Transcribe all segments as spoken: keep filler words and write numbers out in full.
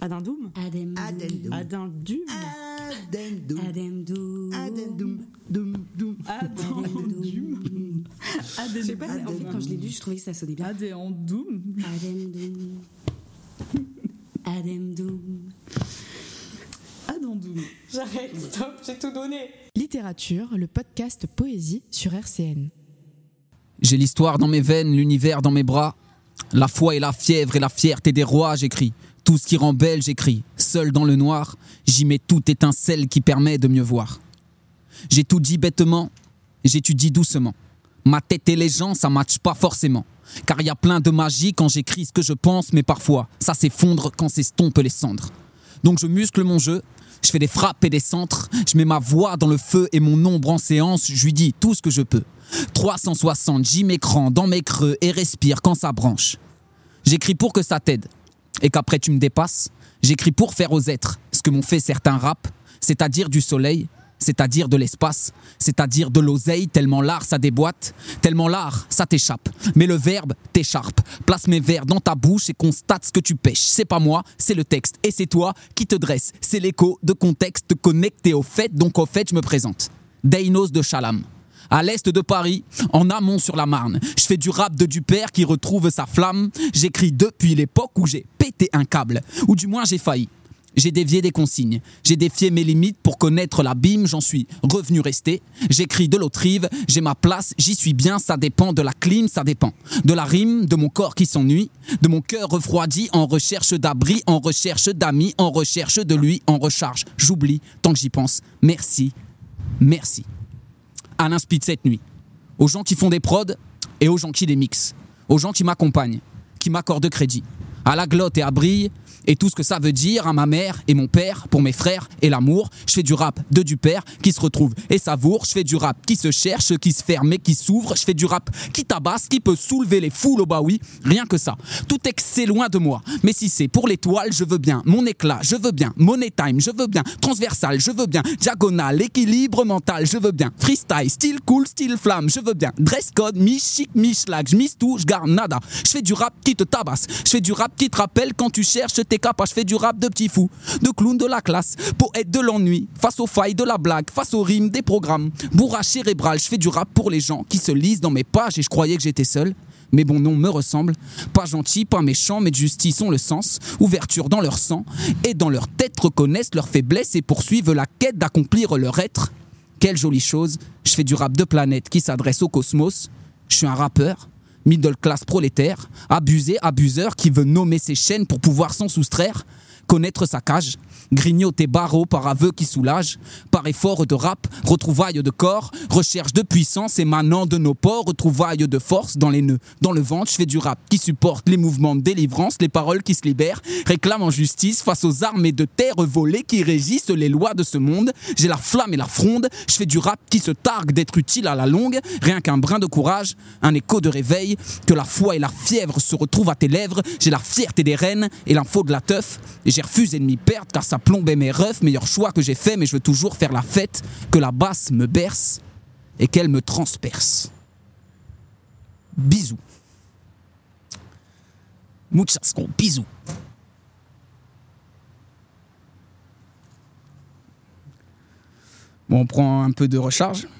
Adendum. Adendum. Adendum. Adendum. Adendum. Adendum. Dum, dum. Adendum. Je sais pas, en fait, quand je l'ai lu, je trouvais que ça sonnait bien. Adendum. Adendum. Adendum. Adendum. J'arrête, stop, j'ai tout donné. Littérature, le podcast Poésie sur R C N. J'ai l'histoire dans mes veines, l'univers dans mes bras. La foi et la fièvre et la fierté des rois, j'écris. Tout ce qui rend belle, j'écris. Seul dans le noir, j'y mets toute étincelle qui permet de mieux voir. J'ai tout dit bêtement, j'étudie doucement. Ma tête et les gens, ça matche pas forcément. Car y a plein de magie quand j'écris ce que je pense, mais parfois, ça s'effondre quand s'estompent les cendres. Donc je muscle mon jeu, je fais des frappes et des centres, je mets ma voix dans le feu et mon ombre en séance, je lui dis tout ce que je peux. trois cent soixante, j'y m'écran dans mes creux et respire quand ça branche. J'écris pour que ça t'aide et qu'après tu me dépasses. J'écris pour faire aux êtres ce que m'ont fait certains raps, c'est-à-dire du soleil, c'est-à-dire de l'espace, c'est-à-dire de l'oseille, tellement l'art ça déboîte, tellement l'art ça t'échappe. Mais le verbe t'écharpe, place mes vers dans ta bouche et constate ce que tu pêches. C'est pas moi, c'est le texte et c'est toi qui te dresse. C'est l'écho de contexte connecté au fait, donc au fait je me présente. Deinos de Chalam. À l'est de Paris, en amont sur la Marne. Je fais du rap de du père qui retrouve sa flamme. J'écris depuis l'époque où j'ai pété un câble, ou du moins j'ai failli. J'ai dévié des consignes, j'ai défié mes limites pour connaître l'abîme, j'en suis revenu rester. J'écris de l'autre rive, j'ai ma place, j'y suis bien, ça dépend de la clim, ça dépend de la rime, de mon corps qui s'ennuie, de mon cœur refroidi, en recherche d'abri, en recherche d'amis, en recherche de lui, en recharge. J'oublie tant que j'y pense. Merci, merci. Alain Speed cette nuit, aux gens qui font des prods et aux gens qui les mixent, aux gens qui m'accompagnent, qui m'accordent crédit, à la glotte et à brille, et tout ce que ça veut dire à ma mère et mon père, pour mes frères et l'amour. Je fais du rap de du père qui se retrouve et savoure. Je fais du rap qui se cherche, qui se ferme et qui s'ouvre. Je fais du rap qui tabasse, qui peut soulever les foules, oh bah oui, rien que ça. Tout excès loin de moi, mais si c'est pour l'étoile, je veux bien mon éclat, je veux bien money time, je veux bien transversal, je veux bien diagonale, équilibre mental, je veux bien freestyle, style cool, style flamme, je veux bien dress code, mi chic, mi schlag, je mise tout, je garde nada. Je fais du rap qui te tabasse, je fais du rap qui te rappelle quand tu cherches tes capas, je fais du rap de petit fou, de clown de la classe, poète de l'ennui, face aux failles de la blague, face aux rimes des programmes, bourrage cérébral, je fais du rap pour les gens qui se lisent dans mes pages et je croyais que j'étais seul. Mais bon nom me ressemble, pas gentil, pas méchant, mais de justice ont le sens, ouverture dans leur sang, et dans leur tête reconnaissent leur faiblesse et poursuivent la quête d'accomplir leur être. Quelle jolie chose, je fais du rap de planète qui s'adresse au cosmos, je suis un rappeur, middle class prolétaire, abusé, abuseur qui veut nommer ses chaînes pour pouvoir s'en soustraire, connaître sa cage, grignoter barreaux par aveu qui soulage, par effort de rap, retrouvailles de corps, recherche de puissance émanant de nos pores, retrouvailles de force dans les nœuds, dans le ventre. Je fais du rap qui supporte les mouvements de délivrance, les paroles qui se libèrent, réclament en justice face aux armées de terre volées qui régissent les lois de ce monde. J'ai la flamme et la fronde, je fais du rap qui se targue d'être utile à la longue, rien qu'un brin de courage, un écho de réveil, que la foi et la fièvre se retrouvent à tes lèvres. J'ai la fierté des reines et l'info de la teuf, et j'ai refusé de m'y perdre car ça plombait mes refs, meilleur choix que j'ai fait, mais je veux toujours faire la fête, que la basse me berce et qu'elle me transperce. Bisous. Muchas gros bisous. Bon, on prend un peu de recharge.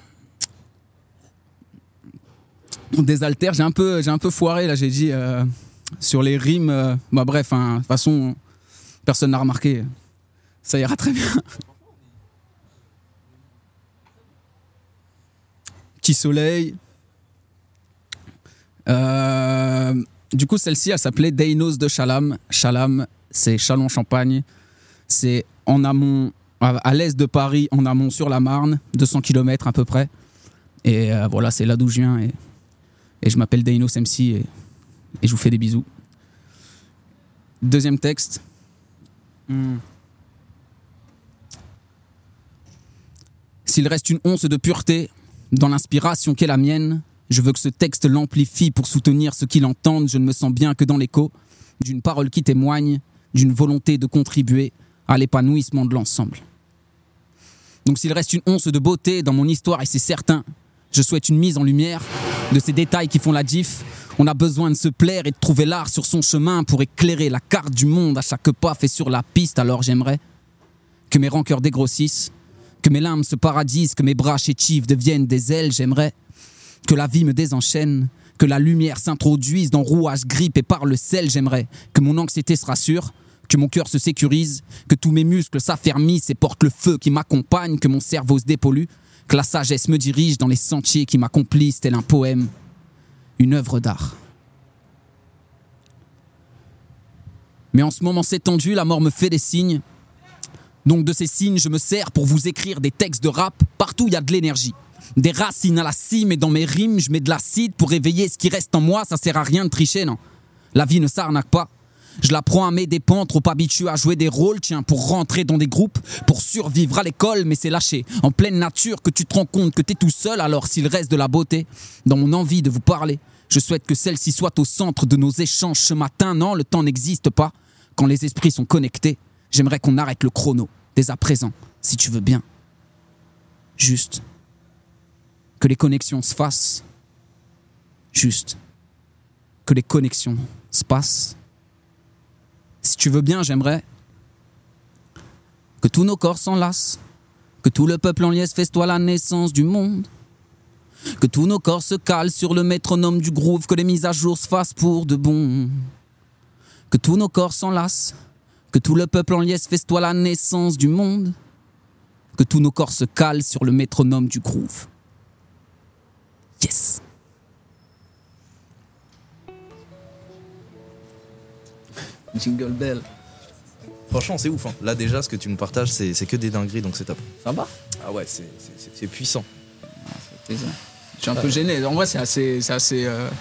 On désaltère, j'ai un peu, j'ai un peu foiré là, j'ai dit euh, sur les rimes, euh, bah bref, hein, de toute façon, personne n'a remarqué. Ça ira très bien. Petit soleil. Euh, du coup, celle-ci, elle s'appelait Deinos de Chalam. Chalam, c'est Châlons-Champagne. C'est en amont, à l'est de Paris, en amont sur la Marne, deux cents kilomètres à peu près. Et euh, voilà, c'est là d'où je viens. Et, et je m'appelle Deinos M C et, et je vous fais des bisous. Deuxième texte. Hmm. S'il reste une once de pureté dans l'inspiration qu'est la mienne, je veux que ce texte l'amplifie pour soutenir ceux qui l'entendent. Je ne me sens bien que dans l'écho d'une parole qui témoigne d'une volonté de contribuer à l'épanouissement de l'ensemble. Donc s'il reste une once de beauté dans mon histoire, et c'est certain, je souhaite une mise en lumière de ces détails qui font la diff, On a besoin de se plaire et de trouver l'art sur son chemin pour éclairer la carte du monde à chaque pas fait sur la piste. Alors j'aimerais que mes rancœurs dégrossissent, que mes larmes se paradisent, que mes bras chétifs deviennent des ailes. J'aimerais que la vie me désenchaîne, que la lumière s'introduise dans rouage grippé par le sel. J'aimerais que mon anxiété se rassure, que mon cœur se sécurise, que tous mes muscles s'affermissent et portent le feu qui m'accompagne, que mon cerveau se dépollue, que la sagesse me dirige dans les sentiers qui m'accomplissent tel un poème, une œuvre d'art. Mais en ce moment c'est tendu, la mort me fait des signes. Donc de ces signes, je me sers pour vous écrire des textes de rap. Partout il y a de l'énergie, des racines à la cime. Et dans mes rimes, je mets de l'acide pour réveiller ce qui reste en moi. Ça sert à rien de tricher, non. La vie ne s'arnaque pas. Je la prends à mes dépens, trop habitué à jouer des rôles. Tiens, pour rentrer dans des groupes, pour survivre à l'école. Mais c'est lâché, en pleine nature, que tu te rends compte que t'es tout seul. Alors s'il reste de la beauté dans mon envie de vous parler, je souhaite que celle-ci soit au centre de nos échanges ce matin. Non, le temps n'existe pas. Quand les esprits sont connectés, j'aimerais qu'on arrête le chrono, dès à présent, si tu veux bien. Juste que les connexions se fassent. Juste que les connexions se passent. Si tu veux bien, j'aimerais que tous nos corps s'enlacent, que tout le peuple en liesse festoie la naissance du monde, que tous nos corps se calent sur le métronome du groove, que les mises à jour se fassent pour de bon. Que tous nos corps s'enlacent, que tout le peuple en liesse festoie la naissance du monde, que tous nos corps se calent sur le métronome du groove. Yes. Jingle bell. Franchement, c'est ouf. Hein. Là, déjà, ce que tu me partages, c'est, c'est que des dingueries, donc c'est top. Ça va ? Ah ouais, c'est, c'est, c'est, c'est puissant. Ah, c'est plaisant. Je suis un peu gêné. En vrai, c'est assez, c'est assez euh,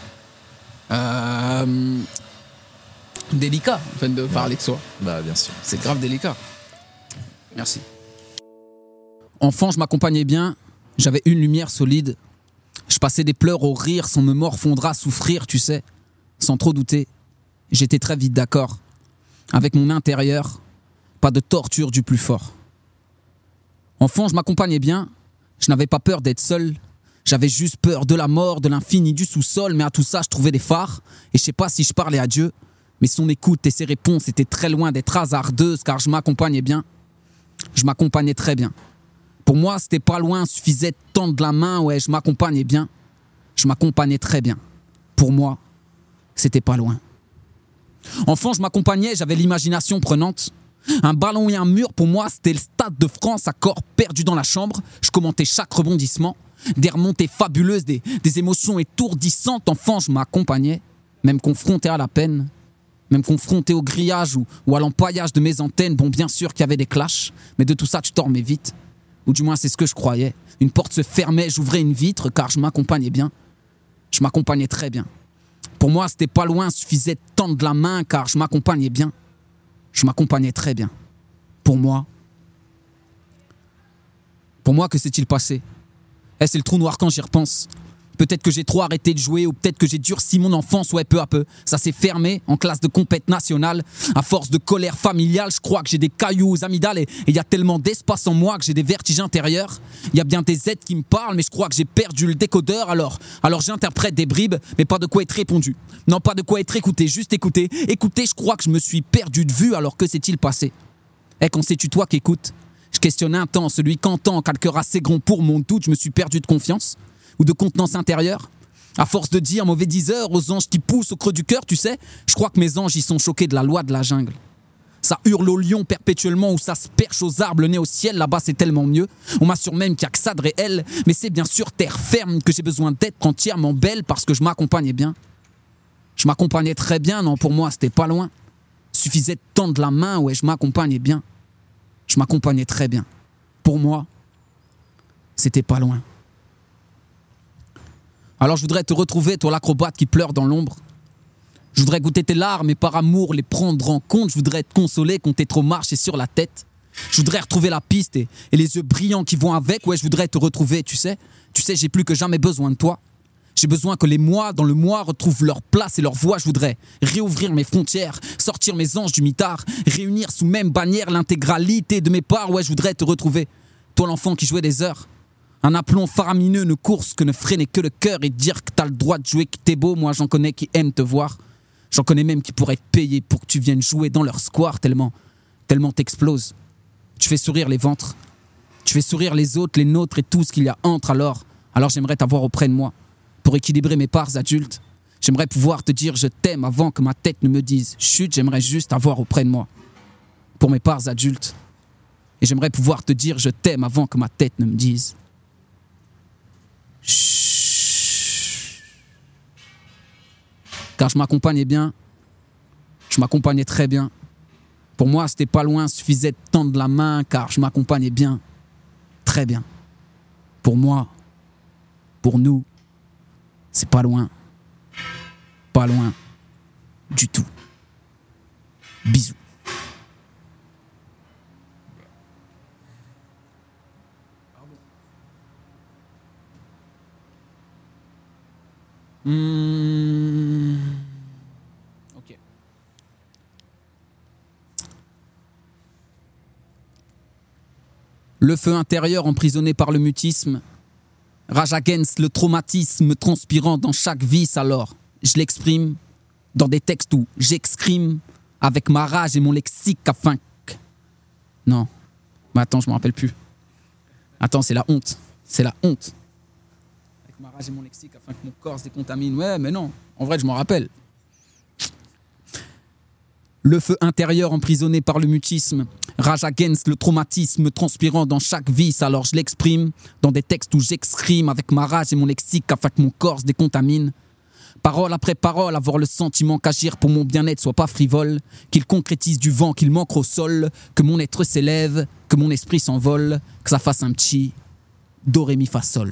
euh, délicat en fait, de parler de soi. Bah, bien sûr. C'est grave délicat. Merci. Enfant, je m'accompagnais bien. J'avais une lumière solide. Je passais des pleurs au rire sans me morfondre à souffrir, tu sais. Sans trop douter. J'étais très vite d'accord. Avec mon intérieur, pas de torture du plus fort. Enfant, je m'accompagnais bien. Je n'avais pas peur d'être seul. J'avais juste peur de la mort, de l'infini du sous-sol. Mais à tout ça, je trouvais des phares. Et je sais pas si je parlais à Dieu, mais son écoute et ses réponses étaient très loin d'être hasardeuses, car je m'accompagnais bien. Je m'accompagnais très bien. Pour moi, c'était pas loin, suffisait de tendre la main. Ouais, je m'accompagnais bien. Je m'accompagnais très bien. Pour moi, c'était pas loin. Enfant, je m'accompagnais, j'avais l'imagination prenante. Un ballon et un mur, pour moi, c'était le Stade de France à corps perdu dans la chambre. Je commentais chaque rebondissement. Des remontées fabuleuses, des, des émotions étourdissantes. Enfant, je m'accompagnais, même confronté à la peine, même confronté au grillage ou, ou à l'empaillage de mes antennes. Bon, bien sûr qu'il y avait des clashs, mais de tout ça, tu dormais vite. Ou du moins, c'est ce que je croyais. Une porte se fermait, j'ouvrais une vitre, car je m'accompagnais bien. Je m'accompagnais très bien. Pour moi, c'était pas loin, suffisait de tendre la main, car je m'accompagnais bien. Je m'accompagnais très bien. Pour moi, pour moi, que s'est-il passé ? Eh, c'est le trou noir quand j'y repense. Peut-être que j'ai trop arrêté de jouer, ou peut-être que j'ai durci mon enfance, ouais, peu à peu. Ça s'est fermé en classe de compète nationale. À force de colère familiale, je crois que j'ai des cailloux aux amygdales, et il y a tellement d'espace en moi que j'ai des vertiges intérieurs. Il y a bien des aides qui me parlent, mais je crois que j'ai perdu le décodeur. Alors, alors j'interprète des bribes, mais pas de quoi être répondu. Non, pas de quoi être écouté, juste écouter. Écoutez, je crois que je me suis perdu de vue, alors que s'est-il passé ? Eh, quand c'est-tu toi qui écoutes ? Je questionne un temps, celui qu'entend, quel cœur assez grand pour mon doute, je me suis perdu de confiance ou de contenance intérieure. À force de dire mauvais diseur aux anges qui poussent au creux du cœur, tu sais, je crois que mes anges y sont choqués de la loi de la jungle. Ça hurle au lion perpétuellement ou ça se perche aux arbres, le nez au ciel, là-bas c'est tellement mieux. On m'assure même qu'il n'y a que ça de réel, mais c'est bien sûr terre ferme que j'ai besoin d'être entièrement belle parce que je m'accompagnais bien. Je m'accompagnais très bien, non, pour moi c'était pas loin. Suffisait de tendre la main, ouais, je m'accompagnais bien. Je m'accompagnais très bien. Pour moi, c'était pas loin. Alors je voudrais te retrouver, toi l'acrobate qui pleure dans l'ombre. Je voudrais goûter tes larmes et par amour les prendre en compte. Je voudrais te consoler quand tes trop marchés sur la tête. Je voudrais retrouver la piste et, et les yeux brillants qui vont avec. Ouais, je voudrais te retrouver, tu sais. Tu sais, j'ai plus que jamais besoin de toi. J'ai besoin que les mois dans le mois retrouvent leur place et leur voix. Je voudrais réouvrir mes frontières, sortir mes anges du mitard, réunir sous même bannière l'intégralité de mes parts. Ouais, je voudrais te retrouver. Toi l'enfant qui jouait des heures Un aplomb faramineux ne course que ne freiner que le cœur et dire que t'as le droit de jouer, que t'es beau. Moi j'en connais qui aiment te voir. J'en connais même qui pourraient te payer pour que tu viennes jouer dans leur square tellement, tellement t'exploses. Tu fais sourire les ventres. Tu fais sourire les autres, les nôtres et tout ce qu'il y a entre alors. Alors j'aimerais t'avoir auprès de moi. Pour équilibrer mes parts adultes. J'aimerais pouvoir te dire je t'aime avant que ma tête ne me dise chut, j'aimerais juste t'avoir auprès de moi. Pour mes parts adultes. Et j'aimerais pouvoir te dire je t'aime avant que ma tête ne me dise chut. Car je m'accompagnais bien. Je m'accompagnais très bien. Pour moi, c'était pas loin, suffisait de tendre la main, car je m'accompagnais bien. Très bien. Pour moi, pour nous, c'est pas loin. Pas loin du tout. Bisous. Mmh. Ok. Le feu intérieur emprisonné par le mutisme, rage against le traumatisme transpirant dans chaque vis, alors je l'exprime dans des textes où j'excrime avec ma rage et mon lexique afin que... Non, mais attends, je me rappelle plus. Attends, c'est la honte, c'est la honte. Avec ma rage et mon lexique afin que mon corps se décontamine. Ouais, mais non, en vrai, je m'en rappelle. Le feu intérieur emprisonné par le mutisme, rage against le traumatisme transpirant dans chaque vis, alors je l'exprime dans des textes où j'excrime avec ma rage et mon lexique afin que mon corps se décontamine. Parole après parole, avoir le sentiment qu'agir pour mon bien-être soit pas frivole, qu'il concrétise du vent, qu'il manque au sol, que mon être s'élève, que mon esprit s'envole, que ça fasse un petit do, ré, mi, fa, sol.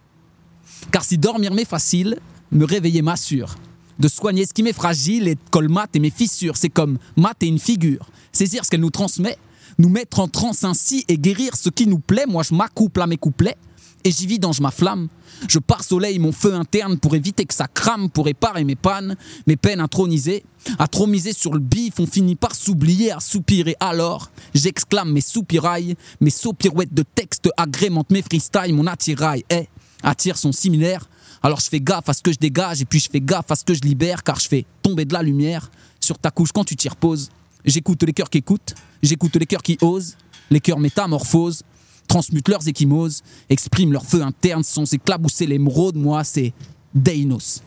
Car si dormir m'est facile, me réveiller m'assure de soigner ce qui m'est fragile et de colmater mes fissures. C'est comme mater une figure, saisir ce qu'elle nous transmet, nous mettre en transe ainsi et guérir ce qui nous plaît. Moi je m'accouple à mes couplets et j'y vidange ma flamme. Je pars soleil mon feu interne pour éviter que ça crame, pour réparer mes pannes, mes peines intronisées. À trop miser sur le bif, on finit par s'oublier, à soupirer. Alors, j'exclame mes soupirailles, mes saupirouettes de texte agrémentent mes freestyles. Mon attirail est, attire son similaire. Alors je fais gaffe à ce que je dégage et puis je fais gaffe à ce que je libère, car je fais tomber de la lumière sur ta couche quand tu t'y reposes. J'écoute les cœurs qui écoutent, j'écoute les cœurs qui osent, les cœurs métamorphoses, transmutent leurs échymoses, expriment leur feu interne sans éclabousser l'émeraude. Moi, c'est Deinos.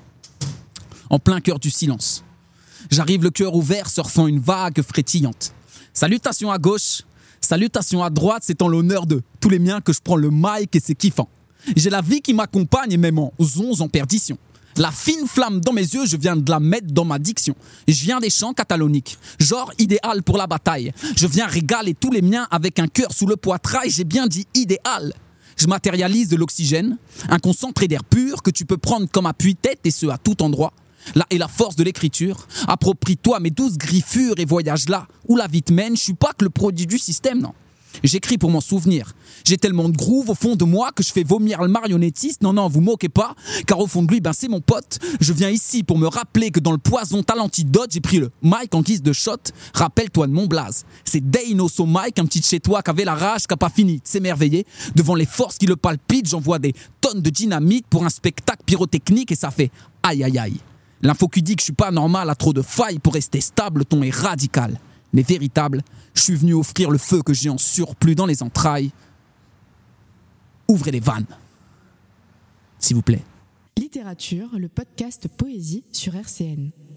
En plein cœur du silence. J'arrive le cœur ouvert, surfant une vague frétillante. Salutations à gauche, salutations à droite, c'est en l'honneur de tous les miens que je prends le mic et c'est kiffant. J'ai la vie qui m'accompagne et même en onze en perdition. La fine flamme dans mes yeux, je viens de la mettre dans ma diction. Je viens des chants cataloniques, genre idéal pour la bataille. Je viens régaler tous les miens avec un cœur sous le poitrail, j'ai bien dit idéal. Je matérialise de l'oxygène, un concentré d'air pur que tu peux prendre comme appui-tête et ce à tout endroit. Là est la force de l'écriture. Approprie-toi mes douces griffures et voyage là où la vie te mène. Je suis pas que le produit du système, non. J'écris pour m'en souvenir. J'ai tellement de groove au fond de moi que je fais vomir le marionnettiste. Non, non, vous moquez pas, car au fond de lui, ben c'est mon pote. Je viens ici pour me rappeler que dans le poison t'as l'antidote. J'ai pris le mic en guise de shot. Rappelle-toi de mon blaze. C'est Deinos au mic, un petit de chez toi qui avait la rage, qui a pas fini de s'émerveiller. Devant les forces qui le palpitent, j'envoie des tonnes de dynamite pour un spectacle pyrotechnique et ça fait aïe aïe aïe. L'info qui dit que je suis pas normal a trop de failles pour rester stable, le ton est radical. Mais véritable, je suis venu offrir le feu que j'ai en surplus dans les entrailles. Ouvrez les vannes, s'il vous plaît. Littérature, le podcast Poésie sur R C N.